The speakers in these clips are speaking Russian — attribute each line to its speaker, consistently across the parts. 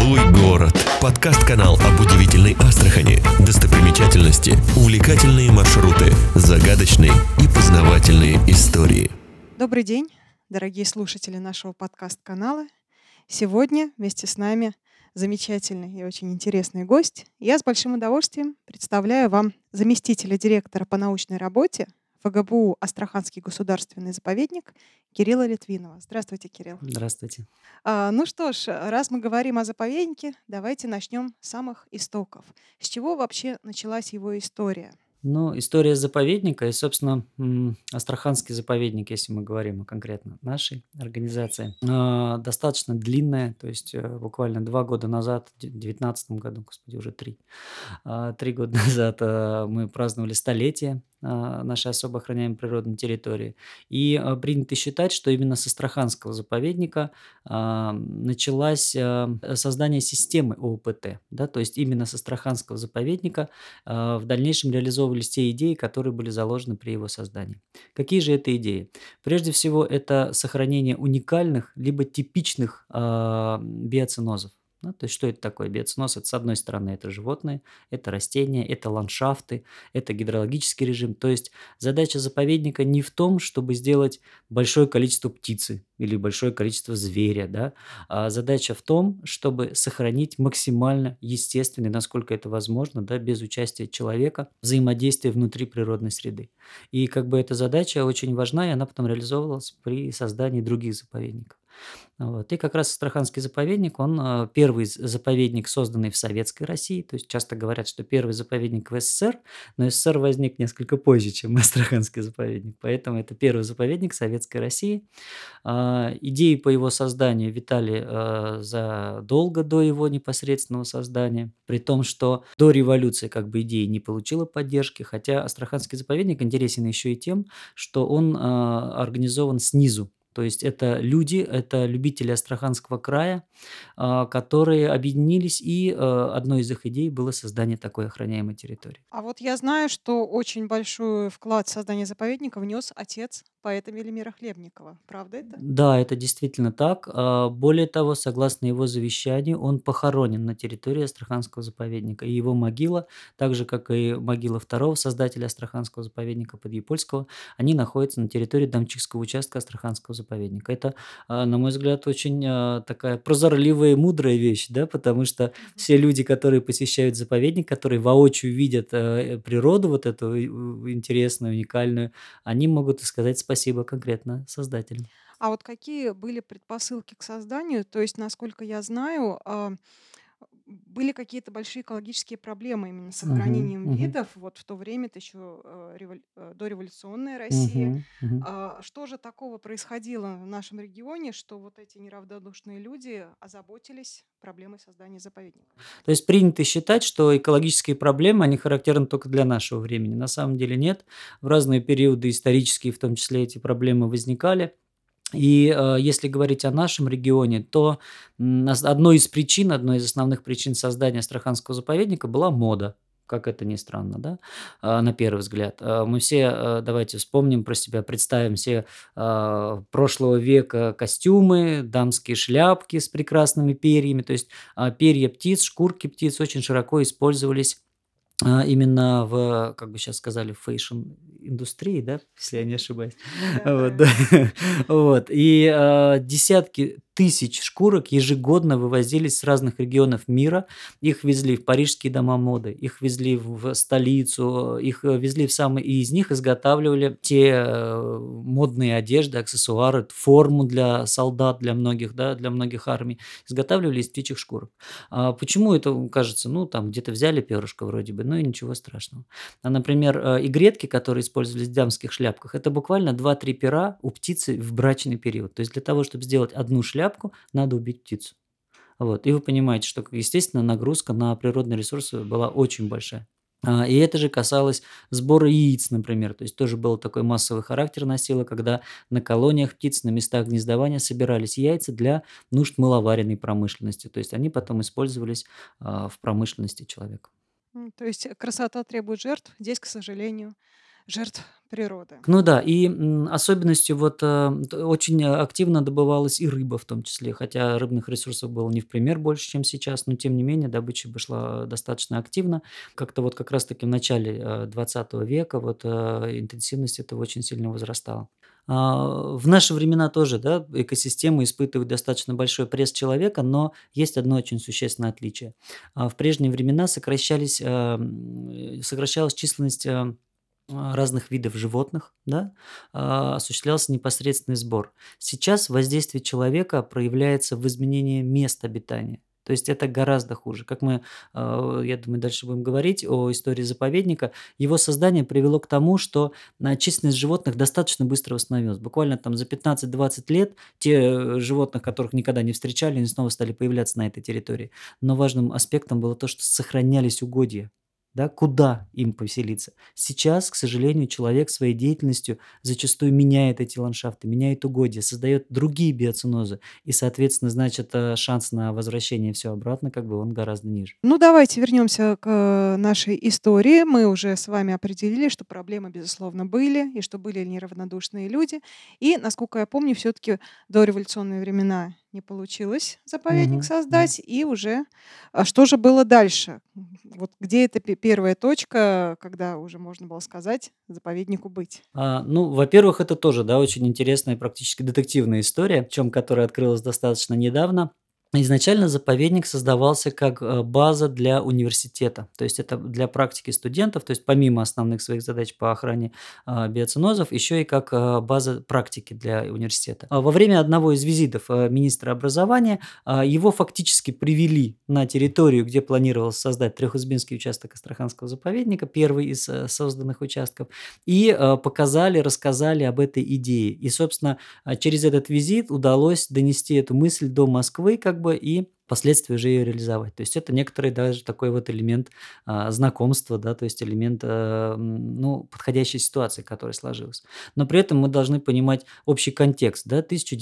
Speaker 1: Целуй город. Подкаст-канал об удивительной Астрахани. Достопримечательности, увлекательные маршруты, загадочные и познавательные истории.
Speaker 2: Добрый день, дорогие слушатели нашего подкаст-канала. Сегодня вместе с нами замечательный и очень интересный гость. Я с большим удовольствием представляю вам заместителя директора по научной работе ФГБУ «Астраханский государственный заповедник» Кирилла Литвинова. Здравствуйте, Кирилл.
Speaker 3: Здравствуйте.
Speaker 2: Ну что ж, раз мы говорим о заповеднике, давайте начнем с самых истоков. С чего вообще началась его история?
Speaker 3: История заповедника и, собственно, Астраханский заповедник, если мы говорим конкретно нашей организации, достаточно длинная, то есть буквально 2 года назад, в 2019 году, господи, уже 3 года назад мы праздновали столетие нашей особо охраняемой природной территории. И принято считать, что именно с Астраханского заповедника началось создание системы ОУПТ. Да, то есть именно с Астраханского заповедника в дальнейшем реализовывались те идеи, которые были заложены при его создании. Какие же это идеи? Прежде всего, это сохранение уникальных либо типичных биоценозов. Да, то есть что это такое биоценоз? Это, с одной стороны, это животные, это растения, это ландшафты, это гидрологический режим. То есть задача заповедника не в том, чтобы сделать большое количество птицы или большое количество зверя, да, а задача в том, чтобы сохранить максимально естественный, насколько это возможно, да, без участия человека, взаимодействие внутри природной среды. И как бы эта задача очень важна, и она потом реализовывалась при создании других заповедников. Вот. И как раз Астраханский заповедник, он первый заповедник, созданный в Советской России. То есть часто говорят, что первый заповедник в СССР, но СССР возник несколько позже, чем Астраханский заповедник. Поэтому это первый заповедник Советской России. Идеи по его созданию витали задолго до его непосредственного создания, при том, что до революции как бы идея не получила поддержки, хотя Астраханский заповедник интересен еще и тем, что он организован снизу. То есть это люди, это любители Астраханского края, которые объединились, и одной из их идей было создание такой охраняемой территории.
Speaker 2: А вот я знаю, что очень большой вклад в создание заповедника внес отец поэта Велимира Хлебникова. Правда это?
Speaker 3: Да, это действительно так. Более того, согласно его завещанию, он похоронен на территории Астраханского заповедника. И его могила, так же, как и могила второго создателя Астраханского заповедника Подъепольского, они находятся на территории Дамчикского участка Астраханского заповедника. Это, на мой взгляд, очень такая прозорливая и мудрая вещь, да, потому что все люди, которые посещают заповедник, которые воочию видят природу вот эту интересную, уникальную, они могут сказать спасибо конкретно создателям.
Speaker 2: А вот какие были предпосылки к созданию? То есть, насколько я знаю, были какие-то большие экологические проблемы именно с
Speaker 3: Мгм,
Speaker 2: сохранением
Speaker 3: мгм,
Speaker 2: видов вот в то время, это еще дореволюционная Россия.
Speaker 3: мгм, мгм.
Speaker 2: Что же такого происходило в нашем регионе, что вот эти неравнодушные люди озаботились проблемой создания заповедника?
Speaker 3: То есть принято считать, что экологические проблемы, они характерны только для нашего времени. На самом деле нет. В разные периоды исторические, в том числе, эти проблемы возникали. И если говорить о нашем регионе, то одной из основных причин создания Астраханского заповедника была мода. Как это ни странно, да, на первый взгляд. Мы все, давайте вспомним про себя, представим себе прошлого века костюмы, дамские шляпки с прекрасными перьями. То есть перья птиц, шкурки птиц очень широко использовались именно в, как бы сейчас сказали, фэшн-индустрии, да, если я не ошибаюсь. Вот,
Speaker 2: Да-да.
Speaker 3: да. Вот. И десятки тысяч шкурок ежегодно вывозились с разных регионов мира. Их везли в парижские дома моды, их везли в столицу, их везли в самые... И из них изготавливали те модные одежды, аксессуары, форму для солдат, для многих, да, для многих армий. Изготавливали из птичьих шкурок. Почему это кажется, там где-то взяли перышко вроде бы, и ничего страшного. Например, игретки, которые использовались в дамских шляпках, это буквально 2-3 пера у птицы в брачный период. То есть для того, чтобы сделать одну шляпку, надо убить птицу. Вот. И вы понимаете, что, естественно, нагрузка на природные ресурсы была очень большая. И это же касалось сбора яиц, например. То есть тоже был такой массовый характер носило, когда на колониях птиц, на местах гнездования собирались яйца для нужд мыловаренной промышленности. То есть они потом использовались в промышленности человека.
Speaker 2: То есть красота требует жертв. Здесь, к сожалению, жертв природы.
Speaker 3: Ну да, и особенностью очень активно добывалась и рыба в том числе, хотя рыбных ресурсов было не в пример больше, чем сейчас, но тем не менее добыча бы шла достаточно активно. Как-то вот как раз-таки в начале 20 века интенсивность этого очень сильно возрастала. В наши времена тоже, да, экосистема испытывает достаточно большой пресс человека, но есть одно очень существенное отличие. В прежние времена сокращалась численность разных видов животных, да, осуществлялся непосредственный сбор. Сейчас воздействие человека проявляется в изменении мест обитания. То есть это гораздо хуже. Как мы, я думаю, дальше будем говорить о истории заповедника, его создание привело к тому, что численность животных достаточно быстро восстановилась. Буквально там за 15-20 лет те животных, которых никогда не встречали, они снова стали появляться на этой территории. Но важным аспектом было то, что сохранялись угодья. Да, куда им поселиться? Сейчас, к сожалению, человек своей деятельностью зачастую меняет эти ландшафты, меняет угодья, создает другие биоценозы, и, соответственно, значит, шанс на возвращение все обратно, как бы он гораздо ниже.
Speaker 2: Ну, давайте вернемся к нашей истории. Мы уже с вами определили, что проблемы, безусловно, были, и что были неравнодушные люди. И, насколько я помню, все-таки до революционные времена не получилось заповедник
Speaker 3: Мгм, мгм.
Speaker 2: создать. И уже что же было дальше? Вот где эта первая точка, когда уже можно было сказать заповеднику быть?
Speaker 3: Ну, во-первых, это тоже, да, очень интересная, практически детективная история, причем которая открылась достаточно недавно. Изначально заповедник создавался как база для университета, то есть это для практики студентов, то есть помимо основных своих задач по охране биоценозов, еще и как база практики для университета. Во время одного из визитов министра образования его фактически привели на территорию, где планировалось создать трехизбинский участок Астраханского заповедника, первый из созданных участков, и показали, рассказали об этой идее. И, собственно, через этот визит удалось донести эту мысль до Москвы, как бы, и впоследствии уже ее реализовать. То есть это некоторый даже такой вот элемент знакомства, да, то есть элемент ну, подходящей ситуации, которая сложилась. Но при этом мы должны понимать общий контекст, да,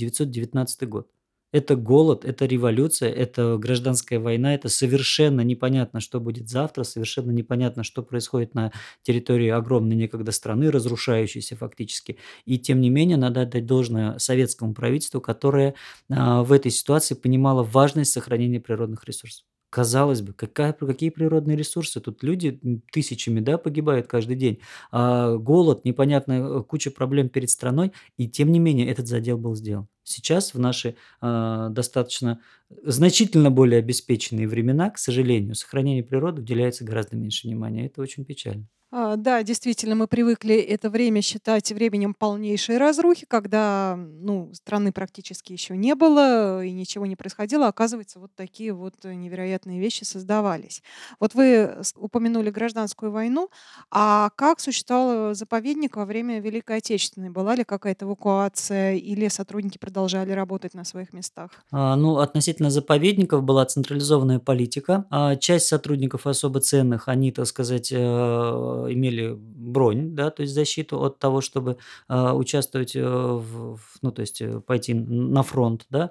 Speaker 3: 1919 год. Это голод, это революция, это гражданская война, это совершенно непонятно, что будет завтра, совершенно непонятно, что происходит на территории огромной некогда страны, разрушающейся фактически. И тем не менее, надо отдать должное советскому правительству, которое в этой ситуации понимало важность сохранения природных ресурсов. Казалось бы, какие природные ресурсы? Тут люди тысячами, да, погибают каждый день. Голод, непонятная куча проблем перед страной, и тем не менее этот задел был сделан. Сейчас в наши достаточно значительно более обеспеченные времена, к сожалению, сохранению природы уделяется гораздо меньше внимания. Это очень печально.
Speaker 2: Да, действительно, мы привыкли это время считать временем полнейшей разрухи, когда, ну, страны практически еще не было и ничего не происходило. Оказывается, вот такие вот невероятные вещи создавались. Вот вы упомянули гражданскую войну, а как существовал заповедник во время Великой Отечественной? Была ли какая-то эвакуация или сотрудники продолжали работать на своих местах?
Speaker 3: Ну, относительно заповедников была централизованная политика. Часть сотрудников особо ценных, они, так сказать, имели бронь, да, то есть защиту от того, чтобы участвовать, ну, то есть пойти на фронт, да.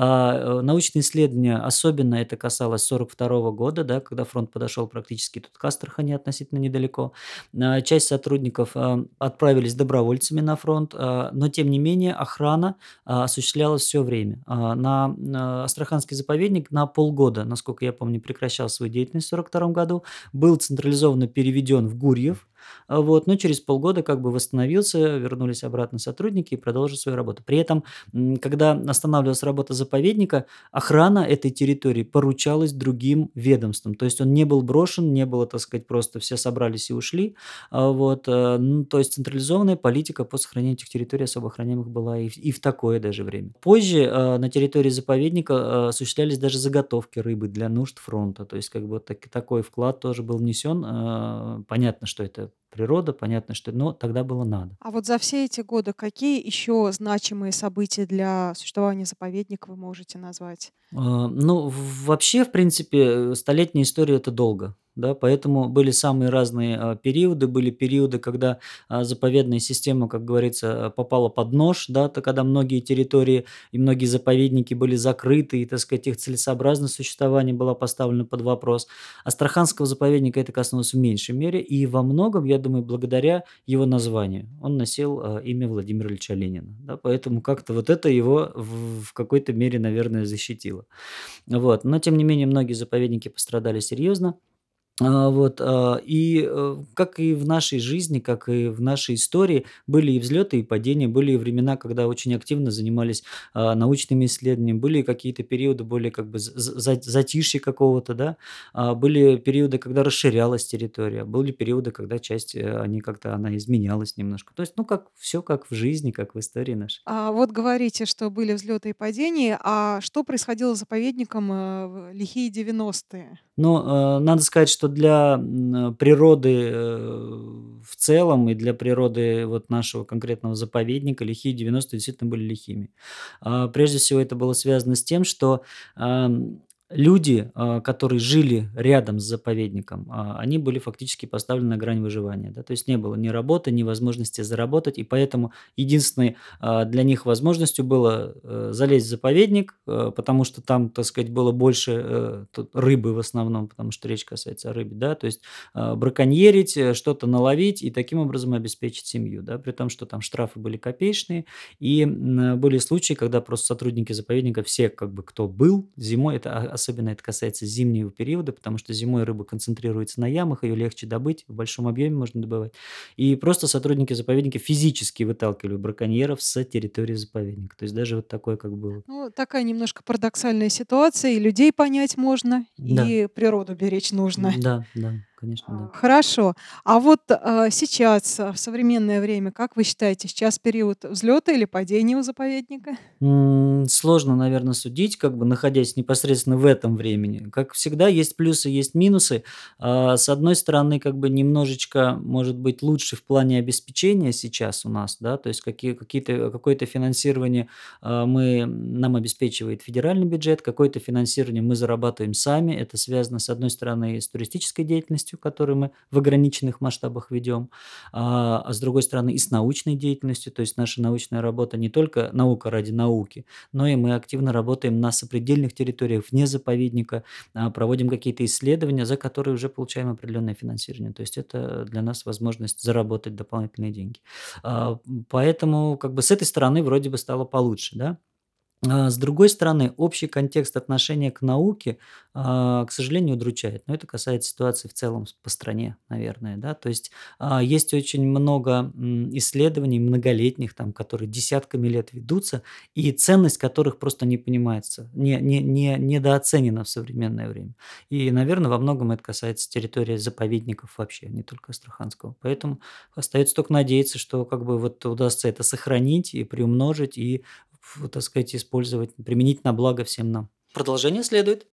Speaker 3: Научные исследования, особенно это касалось 42 года, да, когда фронт подошел практически тут к Астрахани относительно недалеко. Часть сотрудников отправились добровольцами на фронт, но тем не менее охрана осуществлялось все время. Астраханский заповедник на полгода, насколько я помню, прекращал свою деятельность в 1942 году, был централизованно переведен в Гурьев, но через полгода как бы восстановился, вернулись обратно сотрудники и продолжили свою работу. При этом, когда останавливалась работа заповедника, охрана этой территории поручалась другим ведомствам. То есть он не был брошен, не было, так сказать, просто все собрались и ушли. То есть централизованная политика по сохранению этих территорий особо охраняемых была и в такое даже время. Позже на территории заповедника осуществлялись даже заготовки рыбы для нужд фронта. То есть как бы такой вклад тоже был внесен. Понятно, что это природа, понятно, что, но тогда было надо.
Speaker 2: А вот за все эти годы какие еще значимые события для существования заповедника вы можете назвать?
Speaker 3: Ну, вообще, в принципе, столетняя история — это долго. да, поэтому были самые разные периоды. Были периоды, когда заповедная система, как говорится, попала под нож, да, то когда многие территории и многие заповедники были закрыты, и, так сказать, их целесообразность существования была поставлена под вопрос. Астраханского заповедника это коснулось в меньшей мере, и во многом, я думаю, благодаря его названию. Он носил имя Владимира Ильича Ленина, да, поэтому как-то вот это его в какой-то мере, наверное, защитило. Вот. Но, тем не менее, многие заповедники пострадали серьезно. Как и в нашей жизни, как и в нашей истории, были и взлеты, и падения, были и времена, когда очень активно занимались научными исследованиями, были какие-то периоды более как бы затишья какого-то, да, были периоды, когда расширялась территория, были периоды, когда часть, она изменялась немножко. То есть, ну, как все как в жизни, как в истории нашей.
Speaker 2: А вот говорите, что были взлеты и падения. А что происходило с заповедником в лихие 90-е?
Speaker 3: Но, надо сказать, что для, природы, в целом и для природы вот нашего конкретного заповедника лихие 90-е действительно были лихими. Прежде всего это было связано с тем, что, люди, которые жили рядом с заповедником, они были фактически поставлены на грань выживания, да. То есть не было ни работы, ни возможности заработать, и поэтому единственной, для них возможностью было, залезть в заповедник, потому что там, так сказать, было больше, тут рыбы в основном, потому что речь касается о рыбе, да, то есть, браконьерить, что-то наловить и таким образом обеспечить семью, да, при том, что там штрафы были копеечные, и, были случаи, когда просто сотрудники заповедника, все как бы кто был зимой, особенно это касается зимнего периода, потому что зимой рыба концентрируется на ямах, ее легче добыть, в большом объеме можно добывать. И просто сотрудники заповедника физически выталкивали браконьеров с территории заповедника. То есть даже вот такое как было.
Speaker 2: Ну, такая немножко парадоксальная ситуация. И людей понять можно,
Speaker 3: Да,
Speaker 2: и природу беречь нужно.
Speaker 3: да, да, конечно, да.
Speaker 2: Хорошо. А вот сейчас, в современное время, как вы считаете, сейчас период взлета или падения у заповедника?
Speaker 3: Сложно, наверное, судить, как бы находясь непосредственно в этом времени. Как всегда, есть плюсы, есть минусы. С одной стороны, как бы немножечко, может быть, лучше в плане обеспечения сейчас у нас, да, то есть какое-то финансирование нам обеспечивает федеральный бюджет, какое-то финансирование мы зарабатываем сами. Это связано, с одной стороны, с туристической деятельностью, которую мы в ограниченных масштабах ведем, а с другой стороны и с научной деятельностью. То есть наша научная работа не только наука ради науки, но и мы активно работаем на сопредельных территориях вне заповедника, проводим какие-то исследования, за которые уже получаем определенное финансирование. То есть это для нас возможность заработать дополнительные деньги. Поэтому как бы с этой стороны вроде бы стало получше, да. С другой стороны, общий контекст отношения к науке, к сожалению, удручает. Но это касается ситуации в целом по стране, наверное, да. То есть, есть очень много, исследований многолетних, там, которые десятками лет ведутся, и ценность которых просто не понимается, недооценена в современное время. И, наверное, во многом это касается территории заповедников вообще, не только Астраханского. Поэтому остается только надеяться, что как бы вот удастся это сохранить и приумножить, и так сказать, использовать, применить на благо всем нам. Продолжение следует.